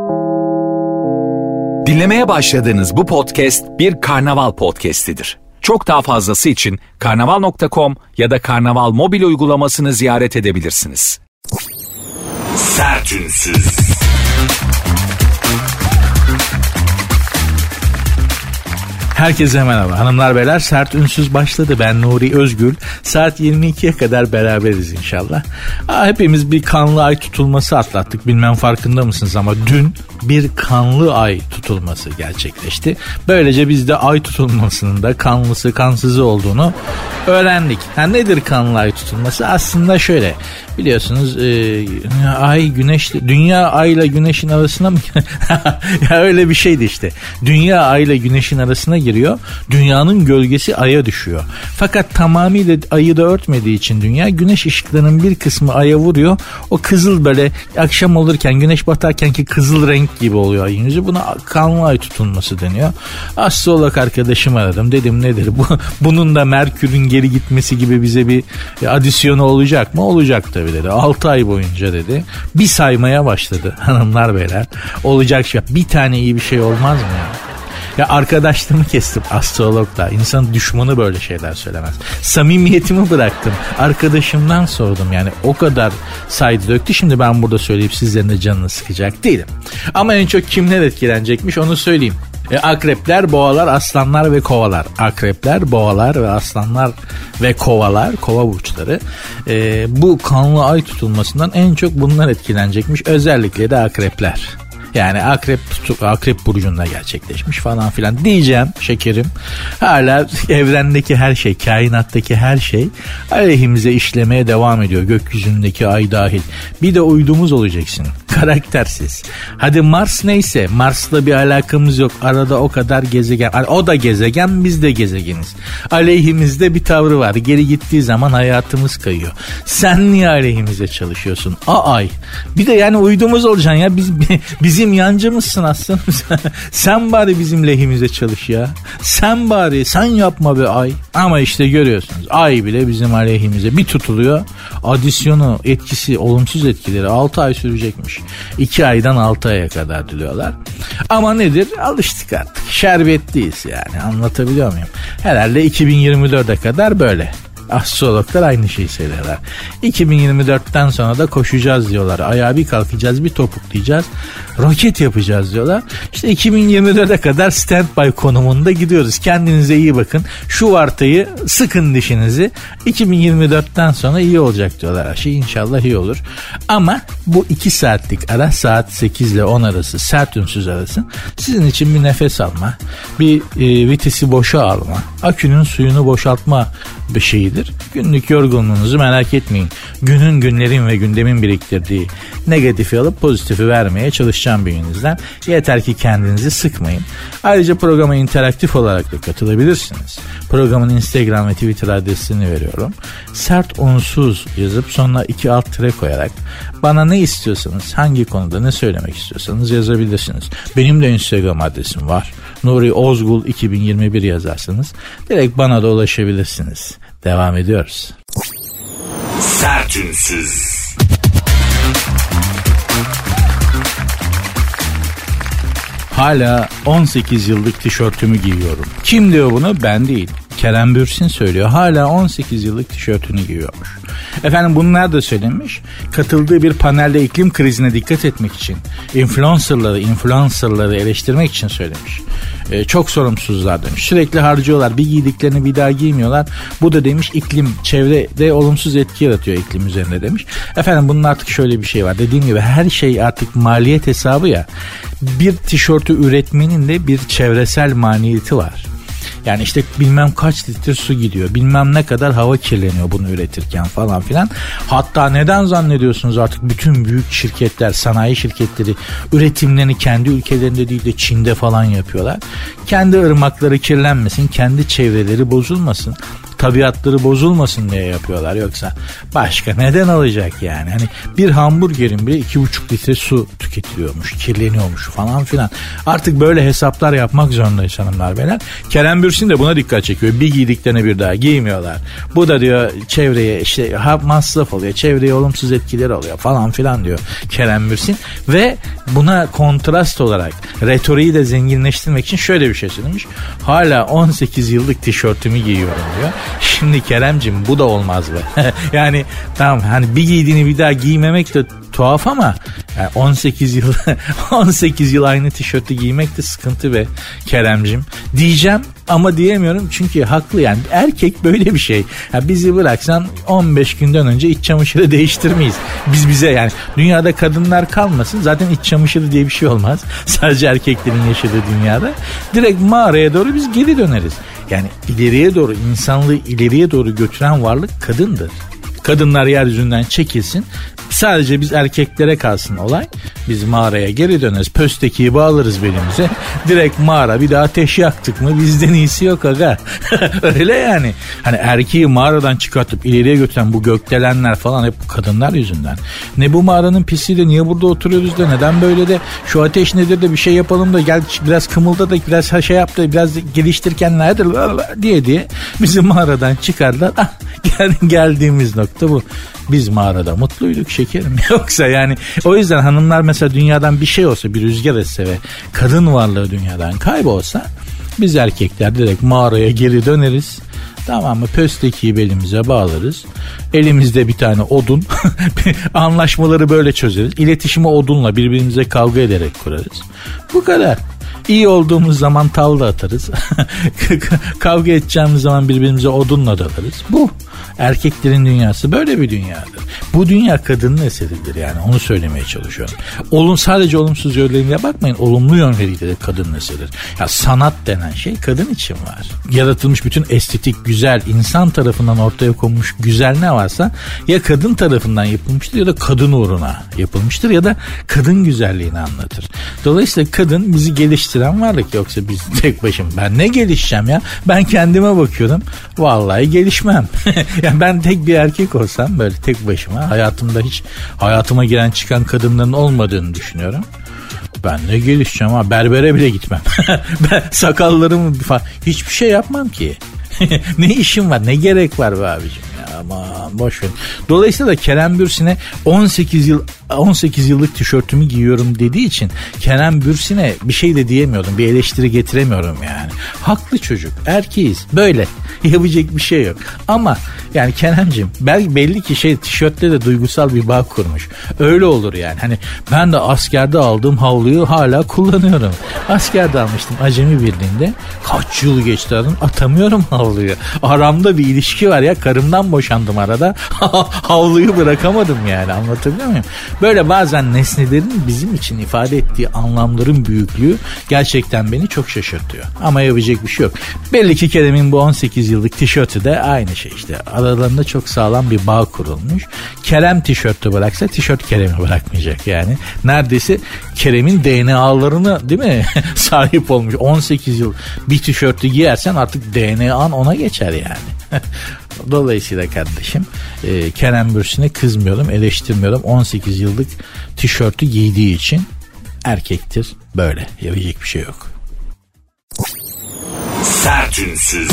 Dinlemeye başladığınız bu podcast bir karnaval podcastidir. Çok daha fazlası için karnaval.com ya da karnaval mobil uygulamasını ziyaret edebilirsiniz. Sertünsüz. Herkese merhaba hanımlar beyler, Sert Ünsüz başladı. Ben Nuri Özgül. Saat 22'ye kadar beraberiz inşallah. Hepimiz bir kanlı ay tutulması atlattık, bilmem farkında mısınız ama dün bir kanlı ay tutulması gerçekleşti. Böylece biz de ay tutulmasının da kanlısı kansızı olduğunu öğrendik. Nedir kanlı ay tutulması? Aslında şöyle, biliyorsunuz ay güneş, dünya ayla güneşin arasına mı? Ya öyle bir şeydi işte. Dünya ayla güneşin arasına giriyor. Dünyanın gölgesi aya düşüyor. Fakat tamamıyla ayı da örtmediği için dünya, güneş ışıklarının bir kısmı aya vuruyor. O kızıl, böyle akşam olurken güneş batarken ki kızıl renk gibi oluyor ayın yüzü. Buna kanlı ay tutulması deniyor. Astrolog arkadaşımı aradım. Dedim nedir bu? Bunun da Merkür'ün geri gitmesi gibi bize bir adisyonu olacak mı? Olacak tabii dedi. 6 ay boyunca dedi. Bir saymaya başladı hanımlar beyler. Olacak şey. Bir tane iyi bir şey olmaz mı ya? Ya arkadaşlığımı kestim astrologla. İnsan düşmanı böyle şeyler söylemez. Samimiyetimi bıraktım. Arkadaşımdan sordum, yani o kadar saydı döktü. Şimdi ben burada söyleyip sizlerin de canını sıkacak değilim. Ama en çok kimler etkilenecekmiş onu söyleyeyim. Akrepler, boğalar, aslanlar ve kovalar. Akrepler, boğalar ve aslanlar ve kovalar, kova burçları. Bu kanlı ay tutulmasından en çok bunlar etkilenecekmiş. Özellikle de akrepler. Yani akrep burcunda gerçekleşmiş falan filan diyeceğim şekerim. Hala evrendeki her şey, kainattaki her şey aleyhimize işlemeye devam ediyor. Gökyüzündeki ay dahil. Bir de uydumuz olacaksın. Karaktersiz. Hadi Mars neyse, Mars'la bir alakamız yok. Arada o kadar gezegen. O da gezegen, biz de gezegeniz. Aleyhimizde bir tavrı var. Geri gittiği zaman hayatımız kayıyor. Sen niye aleyhimize çalışıyorsun? Ay. Bir de yani uydumuz olacaksın ya. Bizim yancımızsın aslında. Sen bari bizim lehimize çalış ya. Sen yapma be ay. Ama işte görüyorsunuz, ay bile bizim aleyhimize bir tutuluyor. Adisyonu, etkisi, olumsuz etkileri 6 ay sürecekmiş. 2 aydan 6 aya kadar diliyorlar. Ama nedir? Alıştık artık. Şerbetliyiz yani. Anlatabiliyor muyum? Herhalde 2024'e kadar böyle. Astrologlar aynı şeyi söylüyorlar. 2024'ten sonra da koşacağız diyorlar. Ayağa bir kalkacağız, bir topuklayacağız. Roket yapacağız diyorlar. İşte 2024'e kadar standby konumunda gidiyoruz. Kendinize iyi bakın. Şu vartayı sıkın dişinizi. 2024'ten sonra iyi olacak diyorlar. Şey inşallah iyi olur. Ama bu 2 saatlik ara, saat 8 ile 10 arası, sert ünsüz arası, sizin için bir nefes alma, bir vitesi boşa alma, akünün suyunu boşaltma bir şeyidir. Günlük yorgunluğunuzu merak etmeyin. Günlerin ve gündemin biriktirdiği negatifi alıp pozitifi vermeye çalışacağım beyninizden. Yeter ki kendinizi sıkmayın. Ayrıca programa interaktif olarak da katılabilirsiniz. Programın Instagram ve Twitter adresini veriyorum. Sert unsuz yazıp sonuna 2 alt tire koyarak bana ne istiyorsanız, hangi konuda ne söylemek istiyorsanız yazabilirsiniz. Benim de Instagram adresim var. Nuri Ozgul 2021 yazarsanız direkt bana da ulaşabilirsiniz. Devam ediyoruz. Sertünsüz. Hala 18 yıllık tişörtümü giyiyorum. Kim diyor bunu? Ben değil. Kerem Bürsin söylüyor. Hala 18 yıllık tişörtünü giyiyormuş. Efendim bunlar da söylenmiş. Katıldığı bir panelde iklim krizine dikkat etmek için, influencerları eleştirmek için söylemiş. Çok sorumsuzlar demiş. Sürekli harcıyorlar. Bir giydiklerini bir daha giymiyorlar. Bu da demiş çevrede olumsuz etki yaratıyor iklim üzerinde demiş. Efendim bunun artık şöyle bir şey var. Dediğim gibi her şey artık maliyet hesabı ya. Bir tişörtü üretmenin de bir çevresel maliyeti var. Yani işte bilmem kaç litre su gidiyor, bilmem ne kadar hava kirleniyor bunu üretirken falan filan. Hatta neden zannediyorsunuz artık bütün büyük şirketler, sanayi şirketleri üretimlerini kendi ülkelerinde değil de Çin'de falan yapıyorlar. Kendi ırmakları kirlenmesin, kendi çevreleri bozulmasın. tabiatları bozulmasın diye yapıyorlar. Yoksa başka neden olacak yani? Hani bir hamburgerin bile 2,5 litre su tüketiliyormuş, kirleniyormuş falan filan. Artık böyle hesaplar yapmak zorundayız hanımlar beyler. Kerem Bürsin de buna dikkat çekiyor. Bir giydiklerini bir daha giymiyorlar. Bu da diyor çevreye işte masraf oluyor, çevreye olumsuz etkileri oluyor falan filan diyor Kerem Bürsin. Ve buna kontrast olarak retoriği de zenginleştirmek için şöyle bir şey söylemiş. Hala 18 yıllık tişörtümü giyiyorum diyor. Şimdi Keremcim bu da olmaz be. Yani tamam hani bir giydiğini bir daha giymemek de tuhaf ama yani 18 yıl aynı tişörtü giymek de sıkıntı be Keremcim. Diyeceğim ama diyemiyorum çünkü haklı yani. Erkek böyle bir şey. Ya bizi bıraksan 15 günden önce iç çamaşırı değiştirmeyiz. Bize yani dünyada kadınlar kalmasın. Zaten iç çamaşırı diye bir şey olmaz. Sadece erkeklerin yaşadığı dünyada. Direkt mağaraya doğru biz geri döneriz. Yani ileriye doğru, insanlığı ileriye doğru götüren varlık kadındır. Kadınlar yeryüzünden çekilsin. Sadece biz erkeklere kalsın olay. Biz mağaraya geri döneriz. Pöstekiyi bağlarız belimize. Direkt mağara, bir de ateş yaktık mı bizden iyisi yok aga. Öyle yani. Hani erkeği mağaradan çıkartıp ileriye götüren bu gökdelenler falan hep bu kadınlar yüzünden. Ne bu mağaranın pisi de, niye burada oturuyoruz da, neden böyle de, şu ateş nedir de bir şey yapalım da, gel biraz kımılda da, biraz şey yap da, biraz geliştir kendini diye bizi mağaradan çıkardılar. Geldiğimiz nokta bu. Biz mağarada mutluyduk şekerim. Yoksa yani o yüzden hanımlar mesela dünyadan bir şey olsa, bir rüzgar etse ve kadın varlığı dünyadan kaybolsa, biz erkekler direkt mağaraya geri döneriz. Tamam mı? Pöstekiyi belimize bağlarız. Elimizde bir tane odun. Anlaşmaları böyle çözeriz. İletişimi odunla birbirimize kavga ederek kurarız. Bu kadar. İyi olduğumuz zaman tavla atarız. Kavga edeceğimiz zaman birbirimize odunla dalarız. Bu. Erkeklerin dünyası böyle bir dünyadır. Bu dünya kadının eseridir yani, onu söylemeye çalışıyorum. Sadece olumsuz yönleriyle bakmayın, olumlu yönleriyle de kadının eseridir. Ya sanat denen şey kadın için var. Yaratılmış bütün estetik, güzel, insan tarafından ortaya konmuş güzel ne varsa ya kadın tarafından yapılmıştır ya da kadın uğruna yapılmıştır ya da kadın güzelliğini anlatır. Dolayısıyla kadın bizi geliştiren varlık, yoksa biz tek başım ben ne gelişeceğim ya? Ben kendime bakıyorum. Vallahi gelişmem. Yani ben tek bir erkek olsam böyle tek başıma, hayatımda hiç hayatıma giren çıkan kadınların olmadığını düşünüyorum. Ben ne gelişeceğim ha, berbere bile gitmem. Ben sakallarımı hiçbir şey yapmam ki. Ne işim var, ne gerek var be abicim ya, aman boş ver. Dolayısıyla da Kerem Bürsin'e 18 yıllık tişörtümü giyiyorum dediği için Kerem Bürsin'e bir şey de diyemiyordum, bir eleştiri getiremiyorum yani. Haklı çocuk, erkeğiz, böyle yapacak bir şey yok. Ama yani Kerem'cim belli ki tişörtle de duygusal bir bağ kurmuş. Öyle olur yani. Hani ben de askerde aldığım havluyu hala kullanıyorum. Askerde almıştım Acemi Birliği'nde. Kaç yıl geçti atamıyorum havluyu. Aramda bir ilişki var ya, karımdan boşandım arada. Havluyu bırakamadım yani, anlatabiliyor muyum? Böyle bazen nesnelerin bizim için ifade ettiği anlamların büyüklüğü gerçekten beni çok şaşırtıyor. Ama yapacak bir şey yok. Belli ki Kerem'in bu 18 yıllık tişörtü de aynı şey işte. Aralarında çok sağlam bir bağ kurulmuş. Kerem tişörtü bıraksa tişört Kerem'i bırakmayacak yani. Neredeyse Kerem'in DNA'larını değil mi sahip olmuş. 18 yıl bir tişörtü giyersen artık DNA'n ona geçer yani. Dolayısıyla kardeşim Kerem Bürsin'e kızmıyorum, eleştirmiyorum. 18 yıllık tişörtü giydiği için erkektir, böyle yapacak bir şey yok. Sertünsüz.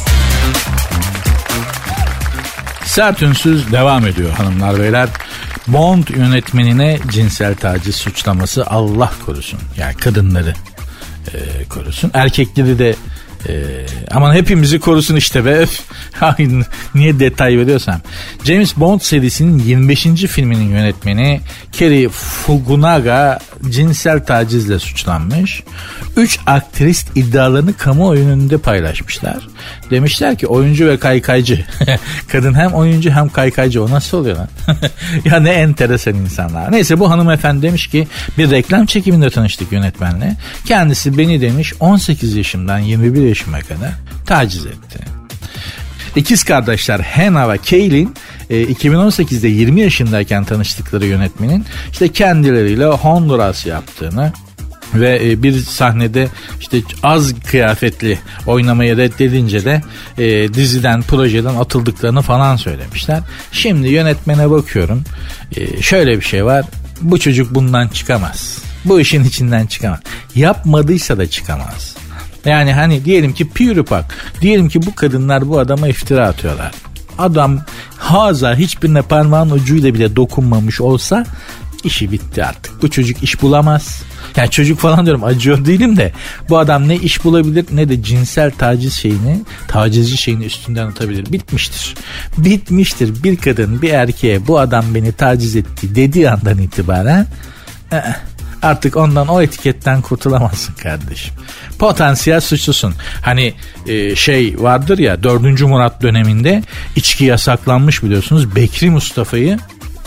Sertünsüz devam ediyor hanımlar beyler. Bond yönetmenine cinsel taciz suçlaması, Allah korusun. Yani kadınları korusun. Erkekleri de aman hepimizi korusun işte be. Niye detay veriyorsam. James Bond serisinin 25. filminin yönetmeni Cary Fukunaga cinsel tacizle suçlanmış. 3 aktrist iddialarını kamuoyu önünde paylaşmışlar. Demişler ki oyuncu ve kaykaycı. Kadın hem oyuncu hem kaykaycı, o nasıl oluyor lan? Ya ne enteresan insanlar. Neyse, bu hanımefendi demiş ki bir reklam çekiminde tanıştık yönetmenle. Kendisi beni demiş 18 yaşımdan 21 yaşıma kadar taciz etti. İkiz kardeşler Hannah ve Kaylin 2018'de 20 yaşındayken tanıştıkları yönetmenin işte kendileriyle Honduras yaptığını Ve bir sahnede işte az kıyafetli oynamaya reddedince de diziden, projeden atıldıklarını falan söylemişler. Şimdi yönetmene bakıyorum. Şöyle bir şey var. Bu çocuk bundan çıkamaz. Bu işin içinden çıkamaz. Yapmadıysa da çıkamaz. Yani hani diyelim ki PewDiePie, diyelim ki bu kadınlar bu adama iftira atıyorlar. Adam hiçbirine parmağın ucuyla bile dokunmamış olsa işi bitti artık. Bu çocuk iş bulamaz. Yani çocuk falan diyorum, acıyor değilim de bu adam ne iş bulabilir ne de cinsel tacizci şeyini üstünden atabilir. Bitmiştir. Bir kadın bir erkeğe bu adam beni taciz etti dediği andan itibaren artık ondan, o etiketten kurtulamazsın kardeşim. Potansiyel suçlusun. Hani vardır ya, 4. Murat döneminde içki yasaklanmış biliyorsunuz. Bekri Mustafa'yı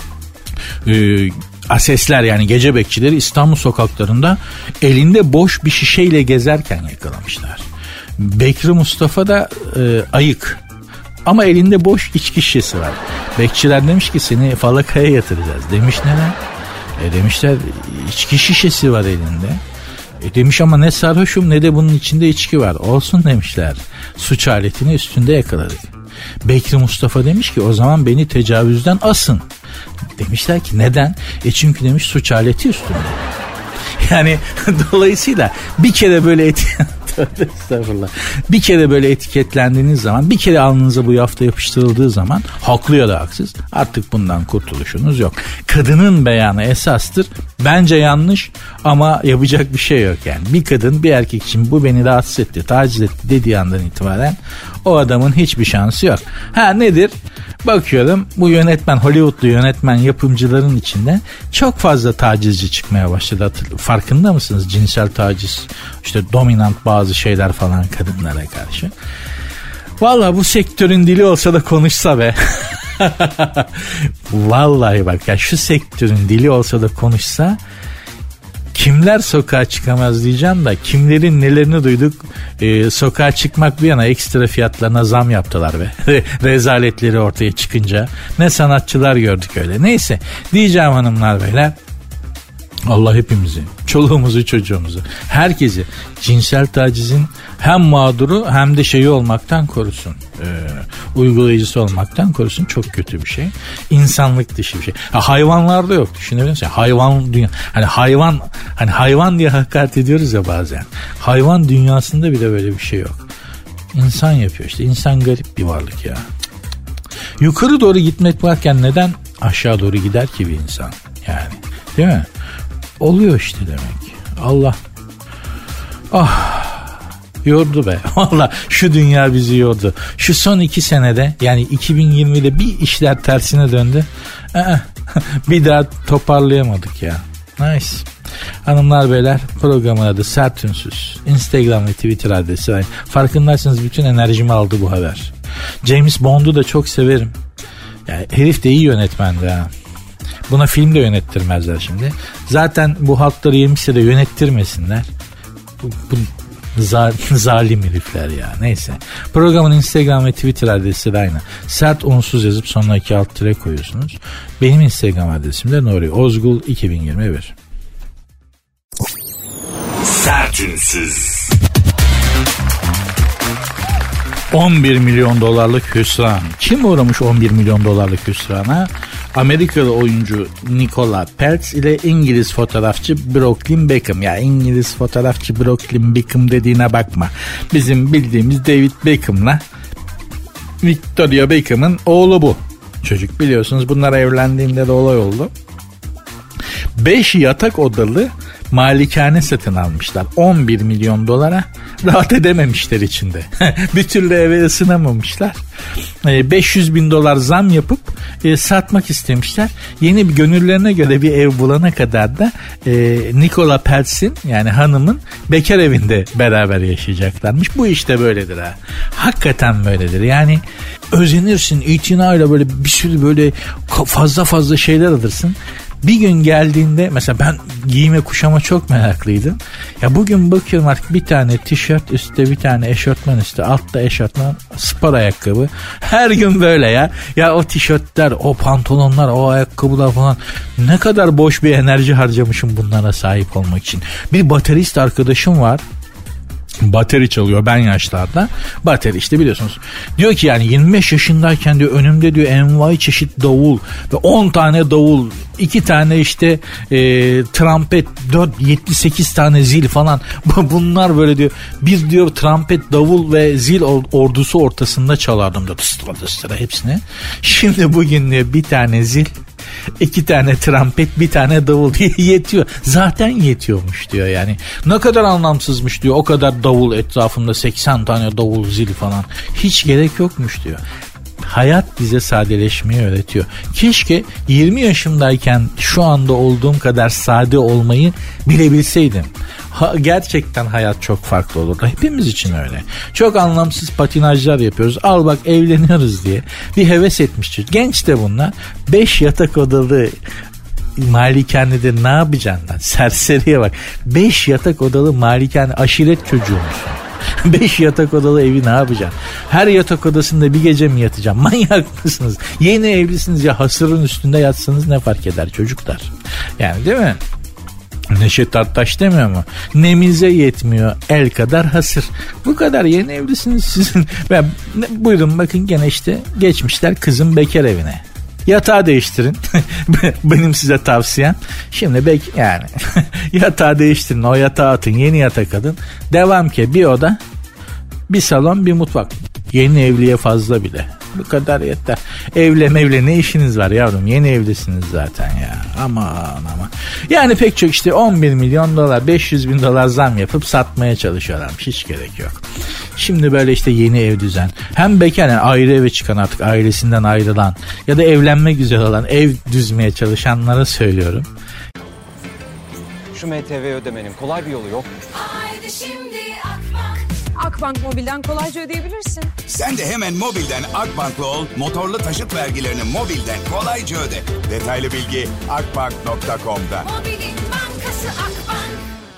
asesler, yani gece bekçileri İstanbul sokaklarında elinde boş bir şişeyle gezerken yakalamışlar. Bekri Mustafa da ayık ama elinde boş içki şişesi var. Bekçiler demiş ki seni falakaya yatıracağız. Demiş neden? Demişler içki şişesi var elinde. Demiş ama ne sarhoşum ne de bunun içinde içki var. Olsun demişler. Suç aletini üstünde yakaladık. Bekri Mustafa demiş ki o zaman beni tecavüzden asın. Demişler ki neden? Çünkü demiş suç aleti üstünde. Yani dolayısıyla bir kere böyle bir kere böyle etiketlendiğiniz zaman, bir kere alnınıza bu yafta yapıştırıldığı zaman, haklı ya da haksız, artık bundan kurtuluşunuz yok. Kadının beyanı esastır. Bence yanlış ama yapacak bir şey yok yani. Bir kadın bir erkek için bu beni rahatsız etti, taciz etti dediği andan itibaren o adamın hiçbir şansı yok. Nedir? Bakıyorum bu yönetmen, Hollywoodlu yönetmen yapımcıların içinde çok fazla tacizci çıkmaya başladı. Farkında mısınız? Cinsel taciz, işte dominant bazı şeyler falan kadınlara karşı. Vallahi bu sektörün dili olsa da konuşsa be. Vallahi bak ya, şu sektörün dili olsa da konuşsa, kimler sokağa çıkamaz diyeceğim da kimlerin nelerini duyduk. Sokağa çıkmak bir yana ekstra fiyatlarına zam yaptılar be. Rezaletleri ortaya çıkınca ne sanatçılar gördük öyle. Neyse diyeceğim hanımlar beyler, Allah hepimizi, çoluğumuzu çocuğumuzu, herkesi cinsel tacizin hem mağduru hem de şeyi olmaktan korusun. Uygulayıcısı olmaktan korusun. Çok kötü bir şey. İnsanlık dışı bir şey. Hayvanlarda yok. Düşünebilir misin? Hayvan dünya. Hani hayvan diye hakaret ediyoruz ya bazen. Hayvan dünyasında bile böyle bir şey yok. İnsan yapıyor işte. İnsan garip bir varlık ya. Yukarı doğru gitmek varken neden aşağı doğru gider ki bir insan? Yani. Değil mi? Oluyor işte demek. Allah. Yordu be. Valla şu dünya bizi yordu. Şu son 2 senede, yani 2020'de bir işler tersine döndü. Bir daha toparlayamadık ya. Nice. Hanımlar beyler, programın adı Sert Ünsüz. Instagram ve Twitter adresi aynı. Farkındaysanız bütün enerjimi aldı bu haber. James Bond'u da çok severim. Yani herif de iyi yönetmendi ha. Buna film de yönettirmezler şimdi. Zaten bu halkları yemişse de yönettirmesinler. Bu zalim herifler ya. Neyse. Programın Instagram ve Twitter adresi de aynı. Sert unsuz yazıp sonuna 2 alt tire koyuyorsunuz. Benim Instagram adresim de Nuri Ozgul 2021. Sert Ünsüz. 11 milyon dolarlık hüsran. Kim uğramış 11 milyon dolarlık hüsrana? Amerikalı oyuncu Nicola Peltz ile İngiliz fotoğrafçı Brooklyn Beckham. Ya İngiliz fotoğrafçı Brooklyn Beckham dediğine bakma. Bizim bildiğimiz David Beckham'la Victoria Beckham'ın oğlu bu. Çocuk, biliyorsunuz bunlar evlendiğinde de olay oldu. 5 yatak odalı malikane satın almışlar 11 milyon dolara. Rahat edememişler içinde. Bir türlü eve ısınamamışlar. 500 bin dolar zam yapıp satmak istemişler. Yeni bir, gönüllerine göre bir ev bulana kadar da Nicola Peltz'in, yani hanımın bekar evinde beraber yaşayacaklarmış. Bu işte böyledir ha. Hakikaten böyledir. Yani özenirsin, itinayla böyle bir sürü böyle fazla şeyler alırsın. Bir gün geldiğinde mesela ben giyime kuşama çok meraklıydım. Ya bugün bakıyorum artık bir tane tişört üstte, bir tane eşortman üstte, altta eşortman, spor ayakkabı. Her gün böyle ya. Ya o tişörtler, o pantolonlar, o ayakkabılar falan, ne kadar boş bir enerji harcamışım bunlara sahip olmak için. Bir baterist arkadaşım var. Bateri çalıyor ben yaşlarda. Bateri işte biliyorsunuz. Diyor ki yani 25 yaşındayken diyor önümde diyor envai çeşit davul ve 10 tane davul, 2 tane işte trompet, 78 tane zil falan. Bunlar böyle diyor. Bir diyor trompet, davul ve zil ordusu ortasında çalardım diyor. Tıstıra hepsini. Şimdi bugün diyor bir tane zil, 2 tane trompet, bir tane davul yetiyor. Zaten yetiyormuş diyor yani. Ne kadar anlamsızmış diyor. O kadar davul etrafında, 80 tane davul zil falan. Hiç gerek yokmuş diyor. Hayat bize sadeleşmeyi öğretiyor. Keşke 20 yaşımdayken şu anda olduğum kadar sade olmayı bilebilseydim. Gerçekten hayat çok farklı olurdu. Hepimiz için öyle. Çok anlamsız patinajlar yapıyoruz. Al bak evleniyoruz diye. Bir heves etmiştir. Genç de bunlar. 5 yatak odalı malikanede ne yapacaksın lan? Serseriye bak. 5 yatak odalı malikane, aşiret çocuğu musun? 5 yatak odalı evi ne yapacaksın? Her yatak odasında bir gece mi yatacaksın? Manyak mısınız? Yeni evlisiniz ya, hasırın üstünde yatsanız ne fark eder çocuklar? Yani değil mi? Neşet Ertaş demiyor mu? Nemize yetmiyor el kadar hasır. Bu kadar, yeni evlisiniz sizin. Buyurun bakın gene işte geçmişler kızın bekar evine. Yatağı değiştirin. Benim size tavsiyem. Şimdi yani yatağı değiştirin, o yatağı atın, yeni yatak alın. Devam ki bir oda, bir salon, bir mutfak. Yeni evliye fazla bile. Bu kadar yeter. Evle ne işiniz var yavrum? Yeni evlisiniz zaten ya. Aman. Yani pek çok işte 11 milyon dolar, 500 bin dolar zam yapıp satmaya çalışıyorlar. Hiç gerek yok. Şimdi böyle işte yeni ev düzen. Hem bekar, yani ayrı eve çıkan, artık ailesinden ayrılan ya da evlenme güzel olan, ev düzmeye çalışanlara söylüyorum. Şu MTV ödemenin kolay bir yolu yok mu? Haydi şimdi Akbank Mobil'den kolayca ödeyebilirsin. Sen de hemen mobilden Akbank'la ol, motorlu taşıt vergilerini mobilden kolayca öde. Detaylı bilgi akbank.com'da. Mobilin bankası Akbank.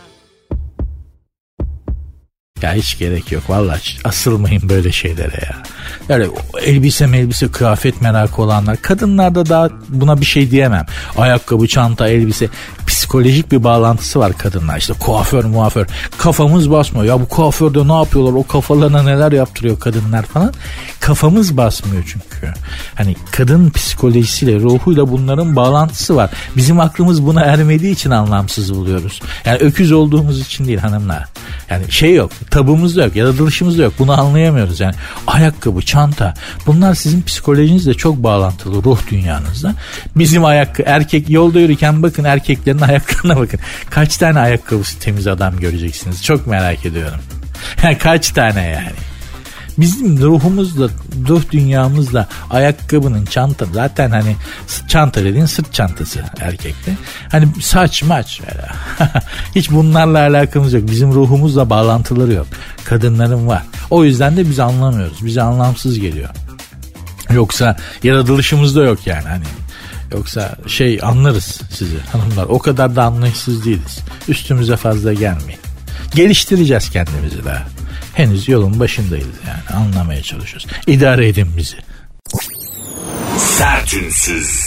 Ya hiç gerek yok vallahi, asılmayın böyle şeylere ya. Öyle elbise kıyafet merakı olanlar, kadınlarda daha buna bir şey diyemem. Ayakkabı, çanta, elbise, psikolojik bir bağlantısı var kadınlar. İşte kuaför, kafamız basmıyor. Ya bu kuaförde ne yapıyorlar, o kafalarına neler yaptırıyor kadınlar falan. Kafamız basmıyor çünkü. Hani kadın psikolojisiyle, ruhuyla bunların bağlantısı var. Bizim aklımız buna ermediği için anlamsız buluyoruz. Yani öküz olduğumuz için değil hanımlar. Yani şey yok, tabumuz da yok, yaratılışımız da yok. Bunu anlayamıyoruz yani. Ayakkabı, çanta, bunlar sizin psikolojinizle çok bağlantılı, ruh dünyanızda. Bizim erkek yolda yürürken bakın erkeklerin ayaklarına bakın. Kaç tane ayakkabısı temiz adam göreceksiniz? Çok merak ediyorum. Kaç tane yani? Bizim ruhumuzla, ruh dünyamızla ayakkabının, çanta, zaten hani çanta dediğin sırt çantası erkekte. Hani saç maç hiç bunlarla alakamız yok. Bizim ruhumuzla bağlantıları yok. Kadınların var. O yüzden de biz anlamıyoruz. Bize anlamsız geliyor. Yoksa yaratılışımızda yok yani hani. Yoksa anlarız sizi hanımlar. O kadar da anlayışsız değiliz. Üstümüze fazla gelmeyin. Geliştireceğiz kendimizi daha. Henüz yolun başındayız yani, anlamaya çalışıyoruz. İdare edin bizi. Sertünsüz.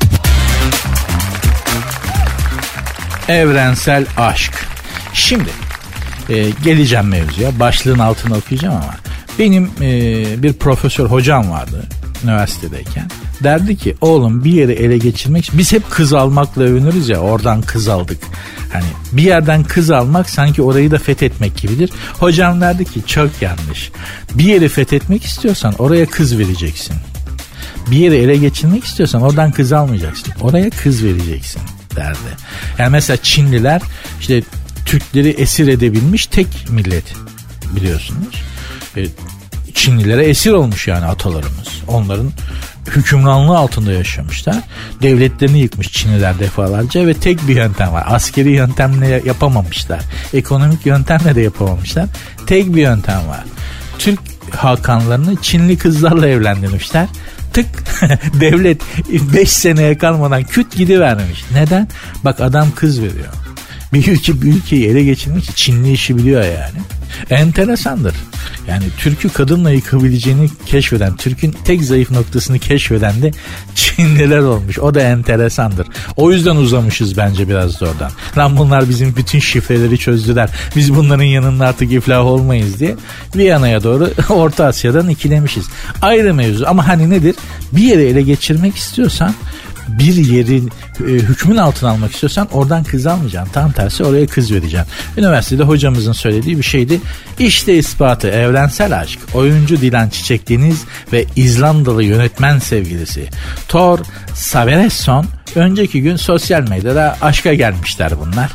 Evrensel aşk. Şimdi geleceğim mevzuya. Başlığın altını okuyacağım ama benim bir profesör hocam vardı üniversitedeyken. Derdi ki oğlum bir yeri ele geçirmek için, biz hep kız almakla övünürüz ya, oradan kız aldık. Hani bir yerden kız almak sanki orayı da fethetmek gibidir. Hocam derdi ki çok yanlış. Bir yeri fethetmek istiyorsan oraya kız vereceksin. Bir yeri ele geçirmek istiyorsan oradan kız almayacaksın. Oraya kız vereceksin derdi. Yani mesela Çinliler işte Türkleri esir edebilmiş tek millet biliyorsunuz. Çinlilere esir olmuş yani atalarımız. Onların hükümranlığı altında yaşamışlar. Devletlerini yıkmış Çinliler defalarca ve tek bir yöntem var. Askeri yöntemle yapamamışlar. Ekonomik yöntemle de yapamamışlar. Tek bir yöntem var. Türk hakanlarını Çinli kızlarla evlendirmişler. tık devlet 5 seneye kalmadan küt gidivermiş. Neden? Bak adam kız veriyor. Bir ülkeyi ele geçirmek için Çinli işi biliyor yani. Enteresandır. Yani Türk'ü kadınla yıkabileceğini keşfeden, Türk'ün tek zayıf noktasını keşfeden de Çinliler olmuş. O da enteresandır. O yüzden uzamışız bence biraz da oradan. Lan bunlar bizim bütün şifreleri çözdüler. Biz bunların yanında artık iflah olmayız diye Viyana'ya doğru Orta Asya'dan ikilemişiz. Ayrı mevzu ama hani nedir? Bir yere ele geçirmek istiyorsan, bir yeri hükmün altına almak istiyorsan oradan kız almayacaksın. Tam tersi oraya kız vereceksin. Üniversitede hocamızın söylediği bir şeydi. İşte ispatı evrensel aşk. Oyuncu Dilan Çiçek Deniz ve İzlandalı yönetmen sevgilisi Thor Sverresson önceki gün sosyal medyada aşka gelmişler bunlar.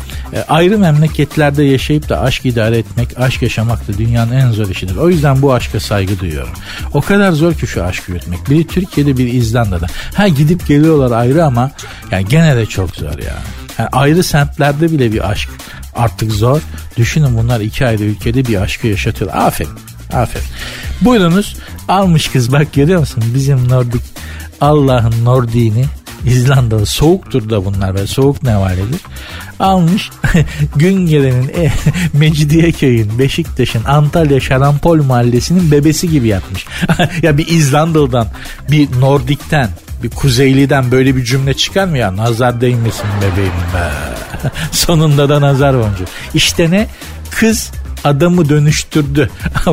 Ayrı memleketlerde yaşayıp da aşk idare etmek, aşk yaşamak da dünyanın en zor işidir. O yüzden bu aşka saygı duyuyorum. O kadar zor ki şu aşkı yürütmek. Biri Türkiye'de, biri İzlanda'da. Ha gidip geliyorlar ayrı ama yani gene de çok zor ya. Yani ayrı semtlerde bile bir aşk artık zor. Düşünün bunlar 2 ayrı ülkede bir aşkı yaşatıyor. Aferin, aferin. Buyurunuz, almış kız, bak görüyor musun? Bizim Nordik, Allah'ın Nordik'ini, İzlandalı, soğuktur da bunlar, böyle soğuk nevaledir. Almış gün gelenin Mecidiyeköy'ün, Beşiktaş'ın, Antalya Şarampol mahallesinin bebesi gibi yapmış. Ya bir İzlandalı'dan, bir Nordik'ten, bir Kuzeyli'den böyle bir cümle çıkar mı ya? Nazar değmesin bebeğim be. Sonunda da nazar boncuğu. İşte ne? Kız adamı dönüştürdü.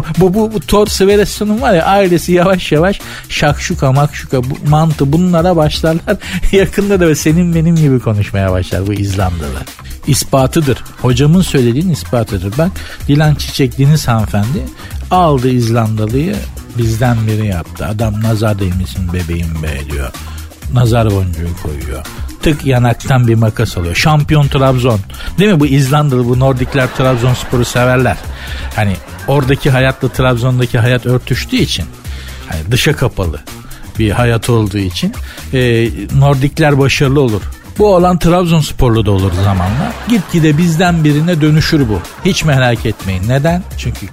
bu Thor Sverresson'un var ya, ailesi yavaş yavaş şakşuka makşuka mantı bunlara başlarlar. Yakında da senin benim gibi konuşmaya başlar bu İzlandalı. İspatıdır. Hocamın söylediğinin ispatıdır. Bak Dilan Çiçek Deniz hanımefendi aldı İzlandalıyı, bizden biri yaptı. Adam nazar değmesin bebeğim be diyor. Nazar boncuğu koyuyor. Tık yanaktan bir makas alıyor. Şampiyon Trabzon. Değil mi? Bu İzlandalı, bu Nordikler Trabzonspor'u severler. Hani oradaki hayatla Trabzon'daki hayat örtüştüğü için, hani dışa kapalı bir hayat olduğu için Nordikler başarılı olur. Bu olan Trabzonsporlu da olur zamanla. Gitgide bizden birine dönüşür bu. Hiç merak etmeyin. Neden? Çünkü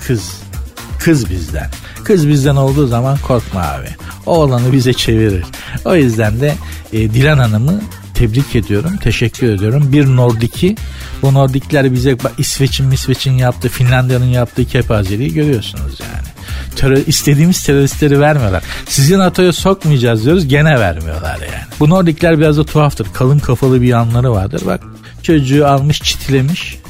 kız bizden. Kız bizden olduğu zaman korkma abi. O olanı bize çevirir. O yüzden de Dilan Hanım'ı tebrik ediyorum, teşekkür ediyorum. Bir Nordik'i, bu Nordikler bize İsveç'in yaptığı, Finlandiya'nın yaptığı kepazeliği görüyorsunuz yani. İstediğimiz teröristleri vermiyorlar. Sizi NATO'ya sokmayacağız diyoruz, gene vermiyorlar yani. Bu Nordikler biraz da tuhaftır. Kalın kafalı bir yanları vardır. Bak çocuğu almış, çitilemiş.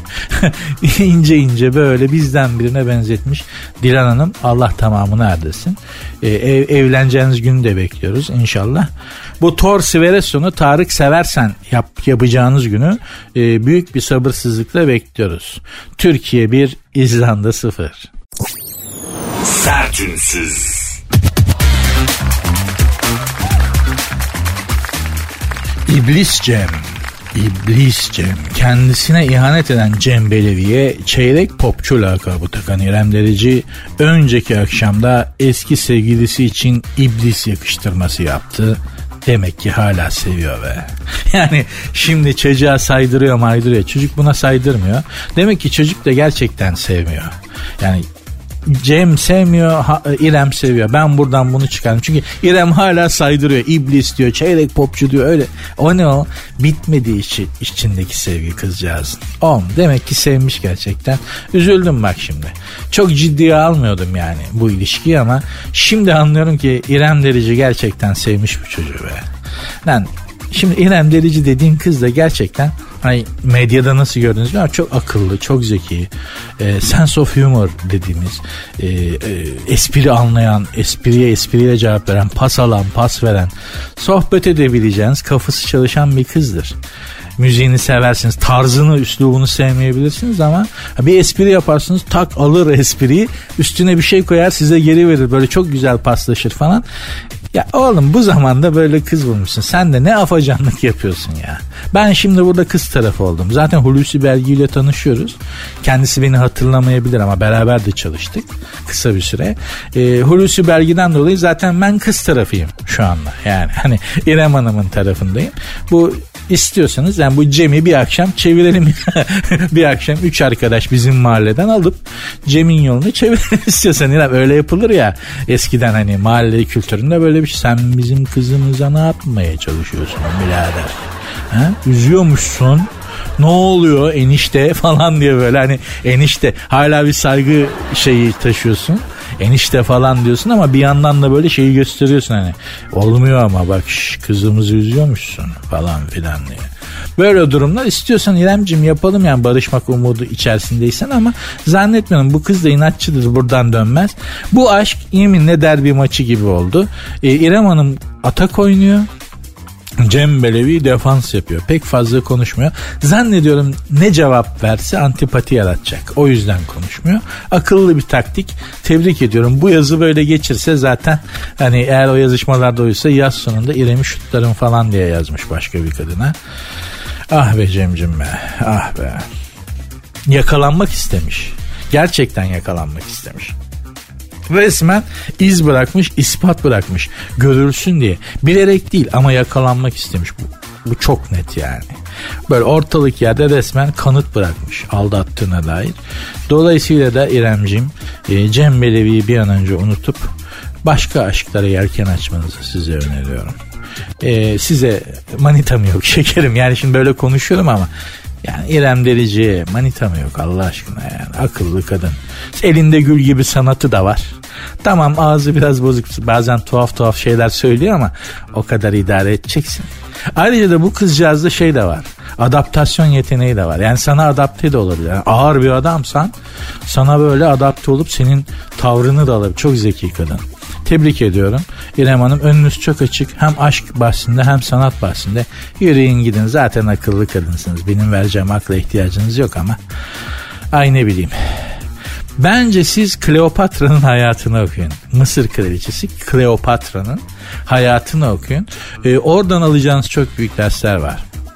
ince ince böyle bizden birine benzetmiş. Dilan Hanım, Allah tamamını erdirsin. Evleneceğiniz günü de bekliyoruz inşallah. Bu Thor Sverresson'u Tarık Seversen yapacağınız günü büyük bir sabırsızlıkla bekliyoruz. Türkiye 1, İzlanda 0. Sertünsüz. İblis Cem kendisine ihanet eden Cem Belevi'ye çeyrek popçu lakabı takan İrem Derici önceki akşamda eski sevgilisi için iblis yakıştırması yaptı. Demek ki hala seviyor be. Yani şimdi çocuğa saydırıyor. Çocuk buna saydırmıyor. Demek ki çocuk da gerçekten sevmiyor. Yani Cem sevmiyor, İrem seviyor. Ben buradan bunu çıkardım. Çünkü İrem hala saydırıyor. İblis diyor, çeyrek popçu diyor, öyle. O ne o? Bitmediği içindeki sevgi kızcağızın. Demek ki sevmiş gerçekten. Üzüldüm bak şimdi. Çok ciddiye almıyordum yani bu ilişkiyi ama şimdi anlıyorum ki İrem Derici gerçekten sevmiş bu çocuğu be. Lan şimdi İrem Derici dediğin kız da gerçekten, hani medyada nasıl gördünüz bilmiyorum, çok akıllı, çok zeki, sense of humor dediğimiz, espri anlayan, espriyle cevap veren, pas alan, pas veren, sohbet edebileceğiniz, kafası çalışan bir kızdır. Müziğini seversiniz, tarzını, üslubunu sevmeyebilirsiniz ama bir espri yaparsınız, tak alır espriyi, üstüne bir şey koyar, size geri verir, böyle çok güzel paslaşır falan. Ya oğlum, bu zamanda böyle kız bulmuşsun. Sen de ne afacanlık yapıyorsun ya. Ben şimdi burada kız tarafı oldum. Zaten Hulusi Belgi ile tanışıyoruz. Kendisi beni hatırlamayabilir ama beraber de çalıştık kısa bir süre. Hulusi Belgi'den dolayı zaten ben kız tarafıyım şu anda. Yani hani İrem Hanım'ın tarafındayım. Bu İstiyorsanız yani bu Cem'i bir akşam çevirelim. Bir akşam 3 arkadaş bizim mahalleden alıp Cem'in yolunu çevirelim istiyorsan. İrem, öyle yapılır ya eskiden hani mahalle kültüründe böyle bir şey. Sen bizim kızımıza ne yapmaya çalışıyorsun birader? Ha? Üzüyormuşsun. Ne oluyor enişte falan diye böyle hani enişte hala bir saygı şeyi taşıyorsun. Enişte falan diyorsun ama bir yandan da böyle şeyi gösteriyorsun hani. Olmuyor ama bak kızımızı üzüyormuşsun falan filan diye. Böyle durumlar istiyorsan İremciğim yapalım yani barışmak umudu içerisindeysen ama zannetmiyorum bu kız da inatçıdır buradan dönmez. Bu aşk yeminle derbi maçı gibi oldu. İrem Hanım atak oynuyor. Cem Belevi defans yapıyor. Pek fazla konuşmuyor. Zannediyorum ne cevap verse antipati yaratacak. O yüzden konuşmuyor. Akıllı bir taktik. Tebrik ediyorum. Bu yazı böyle geçirse zaten hani eğer o yazışmalarda oysa yaz sonunda İrem'i şutlarım falan diye yazmış başka bir kadına. Ah be Cem'cim be. Ah be. Yakalanmak istemiş. Gerçekten yakalanmak istemiş. Resmen iz bırakmış, ispat bırakmış. Görülsün diye. Bilerek değil ama yakalanmak istemiş. Bu çok net yani. Böyle ortalık yerde resmen kanıt bırakmış aldattığına dair. Dolayısıyla da İremciğim Cem Belevi'yi bir an önce unutup başka aşklara yelken açmanızı size öneriyorum. Size manitam yok şekerim. Yani şimdi böyle konuşuyorum ama yani İrem Derici manita mı yok Allah aşkına yani akıllı kadın. Elinde gül gibi sanatı da var. Tamam ağzı biraz bozuk bazen tuhaf şeyler söylüyor ama o kadar idare edeceksin. Ayrıca da bu kızcağızda şey de var. Adaptasyon yeteneği de var. Yani sana adapte de olabilir. Yani ağır bir adamsan sana böyle adapte olup senin tavrını da alabilir. Çok zeki kadın. Tebrik ediyorum. İrem Hanım önünüz çok açık. Hem aşk bahsinde hem sanat bahsinde. Yürüyün gidin. Zaten akıllı kadınsınız. Benim vereceğim akla ihtiyacınız yok ama. Ay ne bileyim. Bence siz Kleopatra'nın hayatını okuyun. Mısır kraliçesi Kleopatra'nın hayatını okuyun. Oradan alacağınız çok büyük dersler var.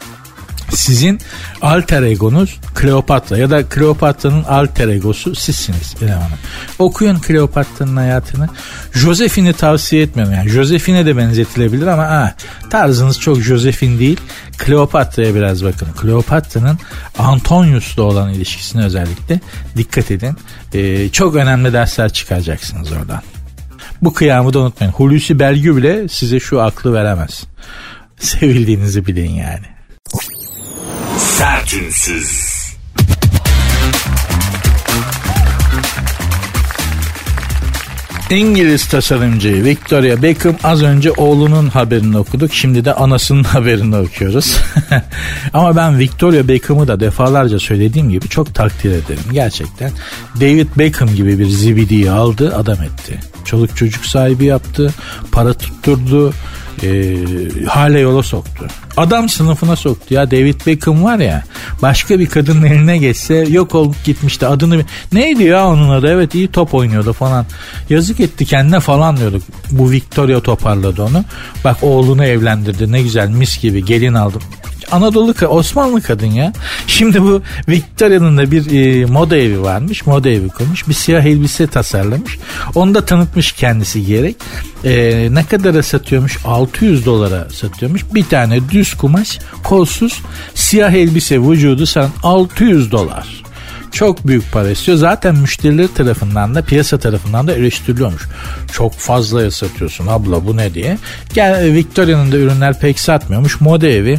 Sizin alter egonuz Kleopatra ya da Kleopatra'nın alter egosu sizsiniz İrem Hanım. Okuyun Kleopatra'nın hayatını. Josephine'i tavsiye etmiyorum. Yani Josephine'e de benzetilebilir ama tarzınız çok Josephine değil. Kleopatra'ya biraz bakın. Kleopatra'nın Antonius'la olan ilişkisine özellikle dikkat edin. Çok önemli dersler çıkaracaksınız oradan. Bu kıyamı da unutmayın. Hulusi Belgü bile size şu aklı veremez. Sevildiğinizi bilin yani. Sertünsüz. İngiliz tasarımcı Victoria Beckham az önce oğlunun haberini okuduk. Şimdi de anasının haberini okuyoruz. Ama ben Victoria Beckham'ı da defalarca söylediğim gibi çok takdir ederim. Gerçekten David Beckham gibi bir zibidiyi aldı adam etti. Çoluk çocuk sahibi yaptı. Para tutturdu. Hale yola soktu. Adam sınıfına soktu ya. David Beckham var ya, başka bir kadının eline geçse yok olup gitmişti. Adını neydi ya onun adı? Evet, iyi top oynuyordu falan. Yazık etti kendine falan diyorduk. Bu Victoria toparladı onu. Bak oğlunu evlendirdi, ne güzel, mis gibi gelin aldım. Anadolu Osmanlı kadın ya. Şimdi bu Victoria'nın da bir moda evi varmış. Moda evi kurmuş. Bir siyah elbise tasarlamış. Onu da tanıtmış kendisi giyerek. Ne kadara satıyormuş? $600 satıyormuş. Bir tane düz kumaş, kolsuz siyah elbise vücudu sana $600. Çok büyük para istiyor. Zaten müşteriler tarafından da, piyasa tarafından da eleştiriliyormuş. Çok fazlaya satıyorsun abla, bu ne diye. Victoria'nın da ürünler pek satmıyormuş. Moda evi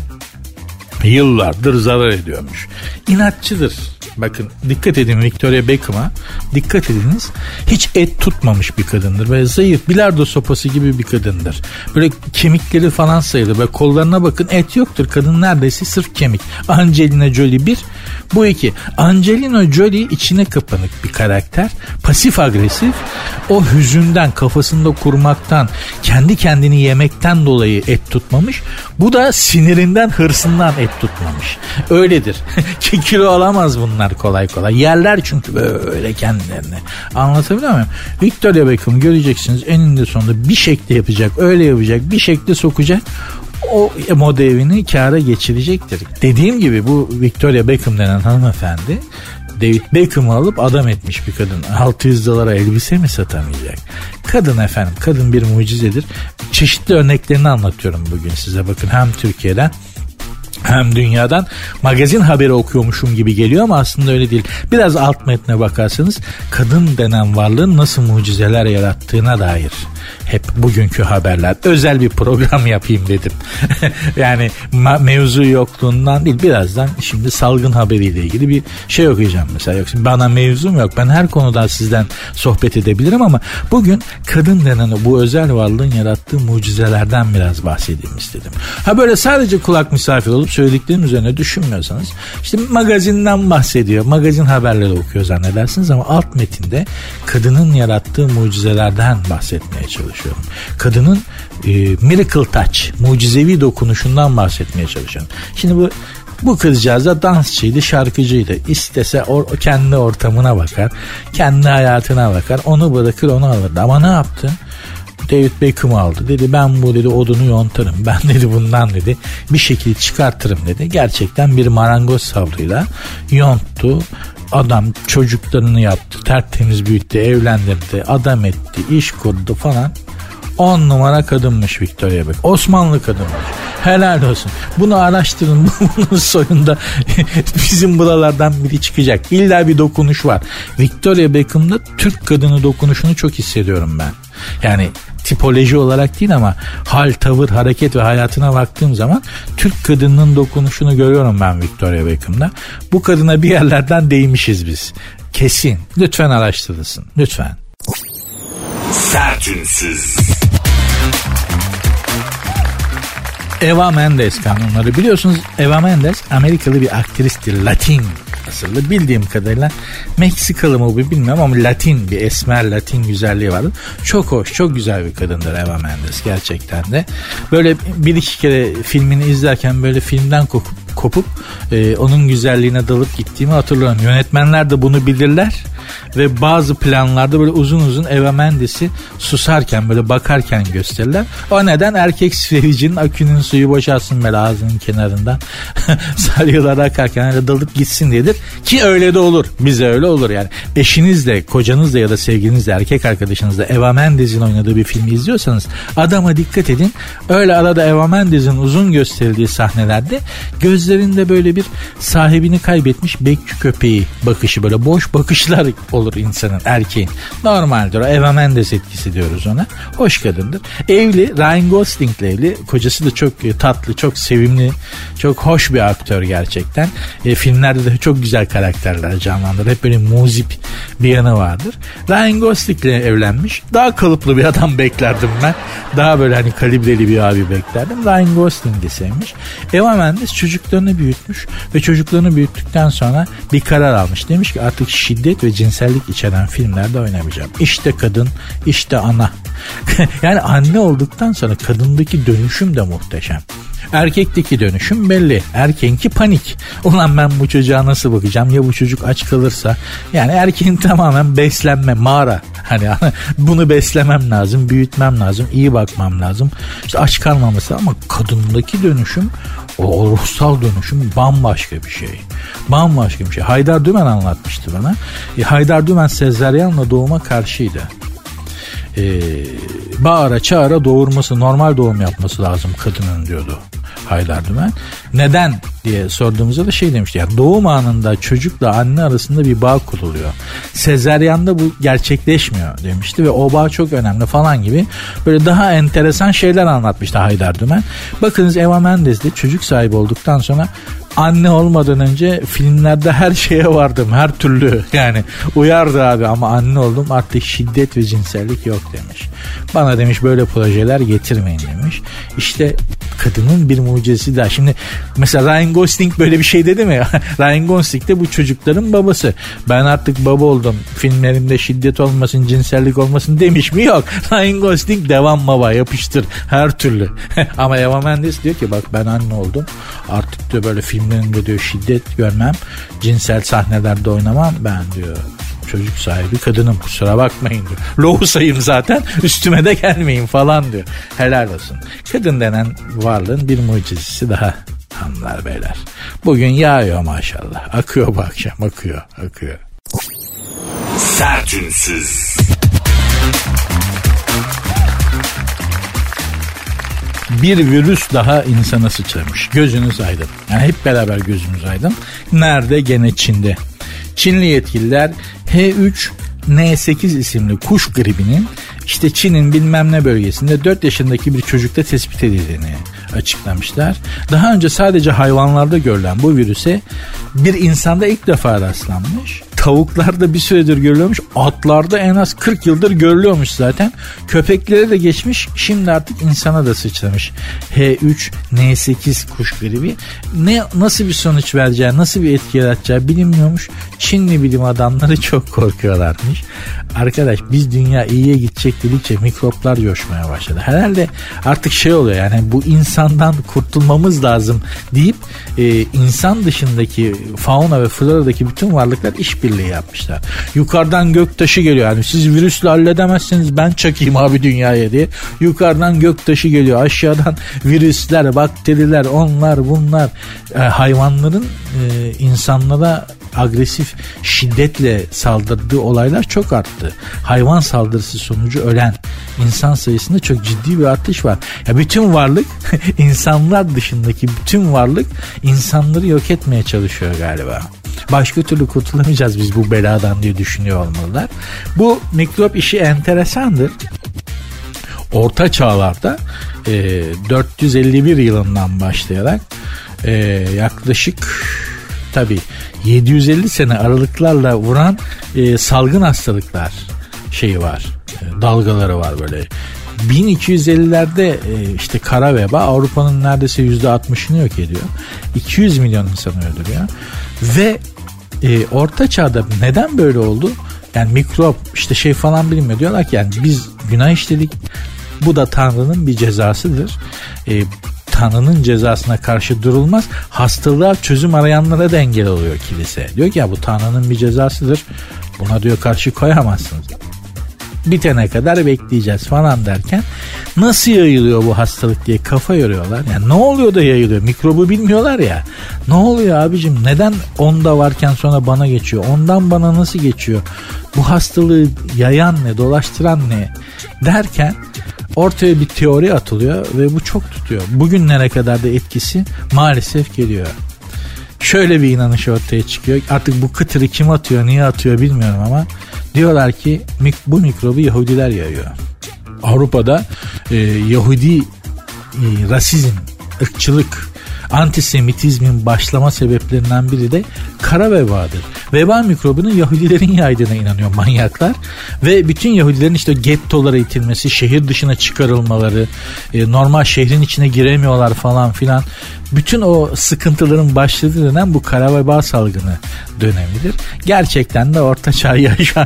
yıllardır zarar ediyormuş. İnatçıdır. Bakın dikkat edin Victoria Beckham'a. Dikkat ediniz. Hiç et tutmamış bir kadındır. Böyle zayıf, bilardo sopası gibi bir kadındır. Böyle kemikleri falan sayılır. Böyle kollarına bakın, et yoktur. Kadın neredeyse sırf kemik. Angelina Jolie 1. Bu 2. Angelina Jolie içine kapanık bir karakter. Pasif agresif. O hüzünden, kafasında kurmaktan, kendi kendini yemekten dolayı et tutmamış. Bu da sinirinden, hırsından et tutmamış. Öyledir. Kilo alamaz bunlar kolay kolay. Yerler çünkü böyle kendilerini. Anlatabiliyor muyum? Victoria Beckham'ı göreceksiniz eninde sonunda bir şekilde yapacak. Öyle yapacak. Bir şekilde sokacak. O moda evini kâra geçirecektir. Dediğim gibi bu Victoria Beckham denen hanımefendi David Beckham'ı alıp adam etmiş bir kadın. $600 elbise mi satamayacak? Kadın efendim. Kadın bir mucizedir. Çeşitli örneklerini anlatıyorum bugün size. Bakın hem Türkiye'den hem dünyadan magazin haberi okuyormuşum gibi geliyor ama aslında öyle değil. Biraz alt metne bakarsanız kadın denen varlığın nasıl mucizeler yarattığına dair hep bugünkü haberler. Özel bir program yapayım dedim. Yani mevzu yokluğundan değil, birazdan şimdi salgın haberiyle ilgili bir şey okuyacağım mesela. Yoksa bana mevzum yok. Ben her konuda sizden sohbet edebilirim ama bugün kadın denen bu özel varlığın yarattığı mucizelerden biraz bahsedeyim istedim. Ha böyle sadece kulak misafir olup söylediklerim üzerine düşünmüyorsanız, işte magazinden bahsediyor, magazin haberleri okuyor zannedersiniz ama alt metinde kadının yarattığı mucizelerden bahsetmeye çalışıyorum. Kadının miracle touch, mucizevi dokunuşundan bahsetmeye çalışıyorum. Şimdi bu kızcağız da dansçıydı, şarkıcıydı. İstese kendi ortamına bakar, kendi hayatına bakar, onu bırakır, onu alırdı. Ama ne yaptı? David Beckham'ı aldı. Dedi ben bu dedi odunu yontarım. Ben dedi bundan dedi bir şekilde çıkartırım dedi. Gerçekten bir marangoz sabrıyla yonttu. Adam çocuklarını yaptı. Tertemiz büyüttü, evlendirdi, adam etti, iş kurdu falan. 10 numara kadınmış Victoria Beckham. Osmanlı kadınmış. Helal olsun. Bunu araştırın. Bunun soyunda bizim buralardan biri çıkacak. İlla bir dokunuş var. Victoria Beckham'da Türk kadını dokunuşunu çok hissediyorum ben. Yani tipoloji olarak değil ama hal, tavır, hareket ve hayatına baktığım zaman Türk kadının dokunuşunu görüyorum ben Victoria Beckham'da. Bu kadına bir yerlerden değmişiz biz. Kesin. Lütfen araştırılsın. Lütfen. Sertünsüz. Eva Mendes kanunları biliyorsunuz. Eva Mendes Amerikalı bir aktristir. Latin asıllı, bildiğim kadarıyla Meksikalı mı bu bilmiyorum ama Latin, bir esmer Latin güzelliği vardı. Çok hoş, çok güzel bir kadındır Eva Mendes gerçekten de. Böyle bir iki kere filmini izlerken böyle filmden kopup onun güzelliğine dalıp gittiğimi hatırlıyorum. Yönetmenler de bunu bilirler ve bazı planlarda böyle uzun uzun Eva Mendes'i susarken böyle bakarken gösterirler. O neden erkek sevicinin akünün suyu boşalsın böyle ağzının kenarından salyalar akarken öyle dalıp gitsin diyedir ki öyle de olur. Bize öyle olur yani. Eşinizle, kocanızla ya da sevgilinizle, erkek arkadaşınızla Eva Mendes'in oynadığı bir filmi izliyorsanız adama dikkat edin. Öyle arada Eva Mendes'in uzun gösterildiği sahnelerde gözlerinde böyle bir sahibini kaybetmiş bekçi köpeği bakışı, böyle boş bakışlar olur insanın, erkeğin. Normaldir o. Eva Mendes etkisi diyoruz ona. Hoş kadındır. Evli, Ryan Gosling'le evli. Kocası da çok tatlı, çok sevimli, çok hoş bir aktör gerçekten. Filmlerde de çok güzel karakterler canlandırır. Hep böyle muzip bir yanı vardır. Ryan Gosling'le evlenmiş. Daha kalıplı bir adam beklerdim ben. Daha böyle hani kalibreli bir abi beklerdim. Ryan Gosling'i sevmiş. Eva Mendes çocuklarını büyütmüş ve çocuklarını büyüttükten sonra bir karar almış. Demiş ki artık şiddet ve cinsellik içeren filmlerde oynamayacağım. İşte kadın, işte ana. Yani anne olduktan sonra kadındaki dönüşüm de muhteşem. Erkekteki dönüşüm belli. Erkeğinki panik. Ulan ben bu çocuğa nasıl bakacağım? Ya bu çocuk aç kalırsa? Yani erkeğin tamamen beslenme, mağara. Hani bunu beslemem lazım, büyütmem lazım, iyi bakmam lazım. İşte aç kalmaması ama kadındaki dönüşüm, o ruhsal dönüşüm bambaşka bir şey. Bambaşka bir şey. Haydar Dümen anlatmıştı bana. Haydar Dümen sezaryenle doğuma karşıydı. Bağıra çağıra doğurması, normal doğum yapması lazım kadının diyordu Haydar Dümen. Neden diye sorduğumuzda da şey demişti. Yani doğum anında çocukla anne arasında bir bağ kuruluyor. Sezaryanda bu gerçekleşmiyor demişti ve o bağ çok önemli falan gibi böyle daha enteresan şeyler anlatmıştı Haydar Dümen. Bakınız Eva Mendes de çocuk sahibi olduktan sonra anne olmadan önce filmlerde her şeye vardım, her türlü yani uyardı abi ama anne oldum artık şiddet ve cinsellik yok demiş. Bana demiş böyle projeler getirmeyin demiş. İşte kadının bir mucizesi daha. Şimdi mesela Ryan Gosling böyle bir şey dedi mi? Ryan Gosling de bu çocukların babası. Ben artık baba oldum. Filmlerimde şiddet olmasın, cinsellik olmasın demiş mi? Yok. Ryan Gosling devam baba, yapıştır her türlü. Ama Eva Mendes diyor ki bak ben anne oldum. Artık diyor böyle filmlerimde diyor şiddet görmem, cinsel sahnelerde oynamam. Ben diyor çocuk sahibi kadınım, kusura bakmayın diyor. Lohusayım zaten, üstüme de gelmeyin falan diyor. Helal olsun. Kadın denen varlığın bir mucizesi daha hanımlar beyler. Bugün yağıyor maşallah. Akıyor bu akşam, akıyor. Sertünsüz. Bir virüs daha insana sıçramış. Gözünüz aydın. Yani hep beraber gözümüz aydın. Nerede? Gene Çin'de. Çinli yetkililer H3N8 isimli kuş gribinin işte Çin'in bilmem ne bölgesinde 4 yaşındaki bir çocukta tespit edildiğini açıklamışlar. Daha önce sadece hayvanlarda görülen bu virüse bir insanda ilk defa rastlanmış. Tavuklarda bir süredir görülüyormuş. Atlarda en az 40 yıldır görülüyormuş zaten. Köpeklere de geçmiş. Şimdi artık insana da sıçramış. H3N8 kuş gribi. Nasıl bir sonuç vereceği, nasıl bir etki yaratacağı bilinmiyormuş. Çinli bilim adamları çok korkuyorlarmış. Arkadaş biz dünya iyiye gidecek dedikçe mikroplar coşmaya başladı. Herhalde artık şey oluyor yani bu insandan kurtulmamız lazım deyip insan dışındaki fauna ve floradaki bütün varlıklar işbirliği yapmışlar. Yukarıdan göktaşı geliyor yani siz virüsle halledemezseniz ben çakayım abi dünyaya diye. Yukarıdan göktaşı geliyor, aşağıdan virüsler, bakteriler, onlar bunlar. Hayvanların insanlara agresif şiddetle saldırdığı olaylar çok arttı. Hayvan saldırısı sonucu ölen insan sayısında çok ciddi bir artış var. Ya bütün varlık insanlar dışındaki bütün varlık insanları yok etmeye çalışıyor galiba. Başka türlü kurtulamayacağız biz bu beladan diye düşünüyor olmalılar. Bu mikrop işi enteresandır. Orta çağlarda 451 yılından başlayarak yaklaşık tabii 750 sene aralıklarla vuran salgın hastalıklar şeyi var. Dalgaları var böyle. 1250'lerde işte kara veba Avrupa'nın neredeyse %60'ını yok ediyor. 200 milyon insanı öldürüyor. Ve Orta Çağ'da neden böyle oldu? Yani mikrop işte şey falan bilinmiyor. Diyorlar ki yani biz günah işledik. Bu da Tanrı'nın bir cezasıdır. Tanrı'nın cezasına karşı durulmaz. Hastalığa çözüm arayanlara da engel oluyor kilise. Diyor ki ya bu Tanrı'nın bir cezasıdır. Buna diyor karşı koyamazsınız. Bitene kadar bekleyeceğiz falan derken nasıl yayılıyor bu hastalık diye kafa yoruyorlar. Yani ne oluyor da yayılıyor? Mikrobu bilmiyorlar ya. Ne oluyor abicim? Neden onda varken sonra bana geçiyor? Ondan bana nasıl geçiyor? Bu hastalığı yayan ne? Dolaştıran ne? Derken ortaya bir teori atılıyor ve bu çok tutuyor. Bugünlere kadar da etkisi maalesef geliyor. Şöyle bir inanış ortaya çıkıyor. Artık bu kıtırı kim atıyor, niye atıyor bilmiyorum ama diyorlar ki bu mikrobu Yahudiler yayıyor. Avrupa'da Yahudi rasizm, ırkçılık, antisemitizmin başlama sebeplerinden biri de kara vebadır. Veba mikrobunu Yahudilerin yaydığına inanıyor manyaklar. Ve bütün Yahudilerin işte gettolara itilmesi, şehir dışına çıkarılmaları, normal şehrin içine giremiyorlar falan filan. Bütün o sıkıntıların başladığı dönem bu kara veba salgını dönemidir. Gerçekten de Orta Çağ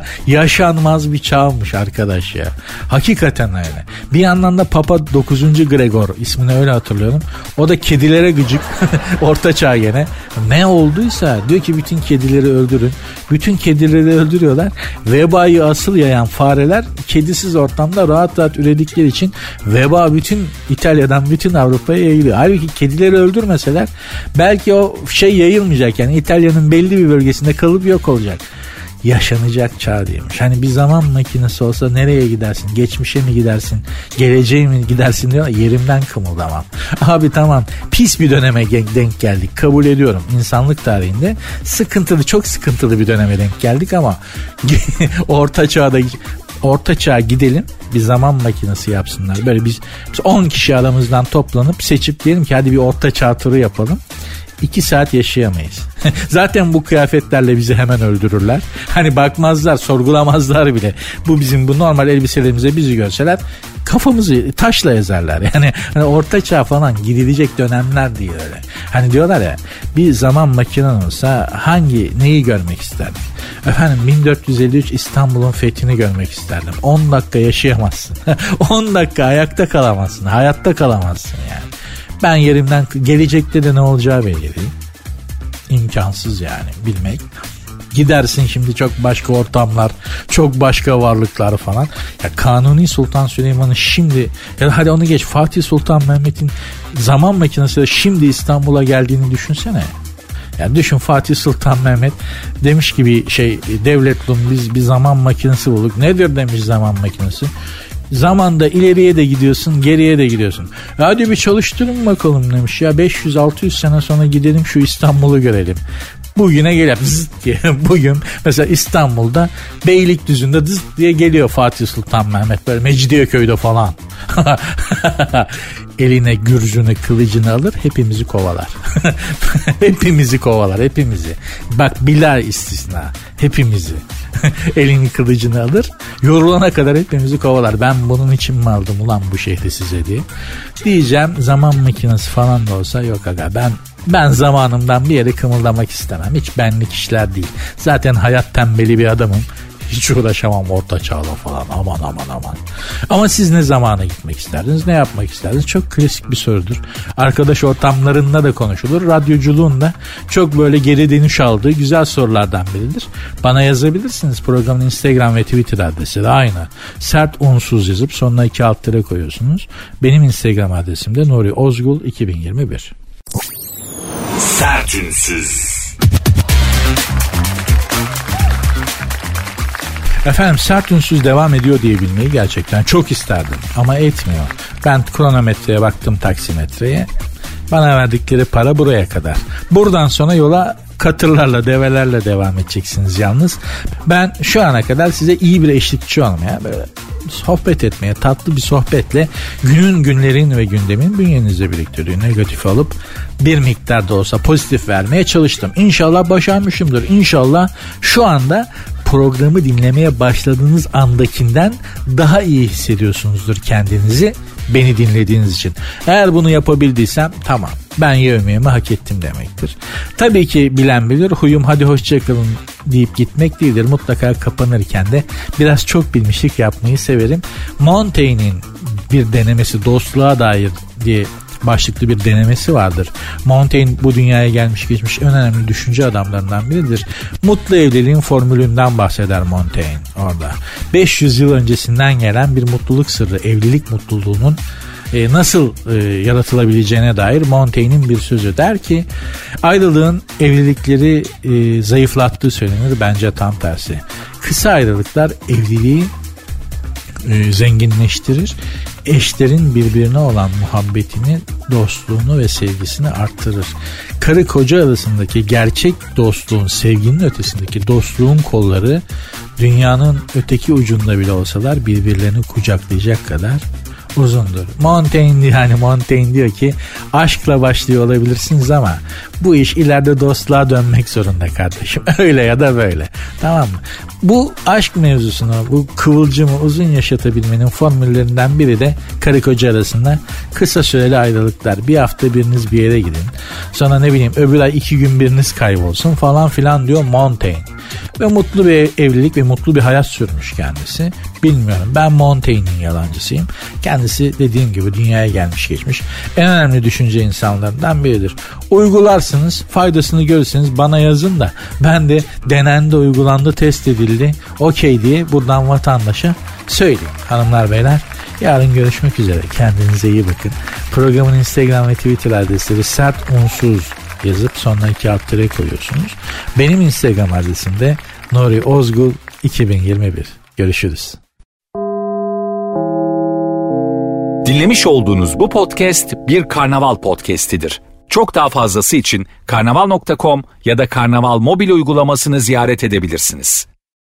yaşanmaz bir çağmış arkadaş ya. Hakikaten öyle. Bir yandan da Papa 9. Gregor ismini öyle hatırlıyorum. O da kedilere gıcık. Orta Çağ gene. Ne olduysa diyor ki bütün kedileri öldürün. Bütün kedileri öldürüyorlar. Vebayı asıl yayan fareler kedisiz ortamda rahat rahat üredikleri için veba bütün İtalya'dan bütün Avrupa'ya yayılıyor. Halbuki kedileri öldürmeseler belki o şey yayılmayacak. Yani İtalya'nın belli bir bölgesinde kalıp yok olacak. Yaşanacak çağ diyormuş. Hani bir zaman makinesi olsa nereye gidersin? Geçmişe mi gidersin? Geleceğe mi gidersin diyor. Yerimden kımıldamam. Abi tamam pis bir döneme denk geldik. Kabul ediyorum. İnsanlık tarihinde sıkıntılı, çok sıkıntılı bir döneme denk geldik ama Orta Çağ'a gidelim, bir zaman makinesi yapsınlar. Böyle biz 10 kişi aramızdan toplanıp seçip diyelim ki hadi bir Orta Çağ turu yapalım. 2 saat yaşayamayız. Zaten bu kıyafetlerle bizi hemen öldürürler. Hani bakmazlar, sorgulamazlar bile. Bu normal elbiselerimize bizi görseler kafamızı taşla ezerler. Yani hani Orta Çağ falan gidilecek dönemler değil öyle. Hani diyorlar ya bir zaman makinen olsa neyi görmek isterdim? Efendim 1453 İstanbul'un fethini görmek isterdim. 10 dakika yaşayamazsın. 10 dakika ayakta kalamazsın. Hayatta kalamazsın yani. Ben yerimden gelecekte de ne olacağı belli değil. İmkansız yani bilmek. Gidersin şimdi çok başka ortamlar, çok başka varlıklar falan. Ya Kanuni Sultan Süleyman'ın şimdi ya hadi onu geç Fatih Sultan Mehmet'in zaman makinesiyle şimdi İstanbul'a geldiğini düşünsene. Yani düşün Fatih Sultan Mehmet demiş ki bir devletlum biz bir zaman makinesi bulduk. Nedir demiş zaman makinesi? zamanda ileriye de gidiyorsun, geriye de gidiyorsun. Hadi bir çalıştırın bakalım demiş ya, 500-600 sene sonra gidelim şu İstanbul'u görelim. Bugüne gelelim zıt diye. Bugün mesela İstanbul'da Beylikdüzü'nde zıt diye geliyor Fatih Sultan Mehmet, böyle Mecidiyeköy'de falan. Eline gürzünü, kılıcını alır, hepimizi kovalar. Hepimizi kovalar, hepimizi. Bak Bilal istisna, hepimizi. Elini kılıcını alır, yorulana kadar hepimizi kovalar. Ben bunun için mi aldım ulan bu şehri size diye. Diyeceğim, zaman makinesi falan da olsa yok aga, ben zamanımdan bir yere kımıldamak istemem. Hiç benlik işler değil. Zaten hayat tembeli bir adamım. Hiç uğraşamam orta çağla falan, aman. Ama siz ne zamana gitmek isterdiniz, ne yapmak isterdiniz? Çok klasik bir sorudur. Arkadaş ortamlarında da konuşulur. Radyoculuğun da çok böyle geri dönüş aldığı güzel sorulardan biridir. Bana yazabilirsiniz. Programın Instagram ve Twitter adresi de aynı. Sert unsuz yazıp sonuna 2 alt tere koyuyorsunuz. Benim Instagram adresim de Nuri Ozgul 2021. Sert Ünsüz. Efendim, sert unsuz devam ediyor diyebilmeyi gerçekten çok isterdim ama etmiyor. Ben kronometreye baktım, taksimetreye. Bana verdikleri para buraya kadar. Buradan sonra yola katırlarla, develerle devam edeceksiniz yalnız. Ben şu ana kadar size iyi bir eşlikçi olmaya, böyle sohbet etmeye, tatlı bir sohbetle günlerin ve gündemin bünyenizde biriktirdiği negatifi alıp bir miktar da olsa pozitif vermeye çalıştım. İnşallah başarmışımdır. İnşallah şu anda programı dinlemeye başladığınız andakinden daha iyi hissediyorsunuzdur kendinizi beni dinlediğiniz için. Eğer bunu yapabildiysem tamam, ben yevmiyemi hak ettim demektir. Tabii ki bilen bilir, huyum hadi hoşçakalın deyip gitmek değildir. Mutlaka kapanırken de biraz çok bilmişlik yapmayı severim. Montaigne'in bir denemesi, dostluğa dair diye başlıklı bir denemesi vardır. Montaigne bu dünyaya gelmiş geçmiş en önemli düşünce adamlarından biridir. Mutlu evliliğin formülünden bahseder Montaigne orada. 500 yıl öncesinden gelen bir mutluluk sırrı, evlilik mutluluğunun nasıl yaratılabileceğine dair Montaigne'in bir sözü. Der ki ayrılığın evlilikleri zayıflattığı söylenir, bence tam tersi. Kısa ayrılıklar evliliği zenginleştirir. Eşlerin birbirine olan muhabbetini, dostluğunu ve sevgisini arttırır. Karı koca arasındaki gerçek dostluğun, sevginin ötesindeki dostluğun kolları dünyanın öteki ucunda bile olsalar birbirlerini kucaklayacak kadar uzundur. Montaigne diyor ki aşkla başlıyor olabilirsiniz ama bu iş ileride dostluğa dönmek zorunda kardeşim. Öyle ya da böyle. Tamam mı? Bu aşk mevzusunu, bu kıvılcımı uzun yaşatabilmenin formüllerinden biri de karı koca arasında kısa süreli ayrılıklar. Bir hafta biriniz bir yere gidin. Sonra ne bileyim öbür ay 2 gün biriniz kaybolsun falan filan diyor Montaigne. Ve mutlu bir evlilik ve mutlu bir hayat sürmüş kendisi. Bilmiyorum, ben Montaigne'in yalancısıyım. Kendisi dediğim gibi dünyaya gelmiş geçmiş en önemli düşünce insanlarından biridir. Uygularsınız, faydasını görürseniz bana yazın da ben de denendi, uygulandı, test edildi, okey diye buradan vatandaşa söyleyeyim. Hanımlar beyler, yarın görüşmek üzere. Kendinize iyi bakın. Programın Instagram ve Twitter adresleri sert unsuz yazıp sonuna 2 alt tere koyuyorsunuz. Benim Instagram adresim de Nuri Ozgul 2021. Görüşürüz. Dinlemiş olduğunuz bu podcast bir Karnaval podcastidir. Çok daha fazlası için karnaval.com ya da Karnaval mobil uygulamasını ziyaret edebilirsiniz.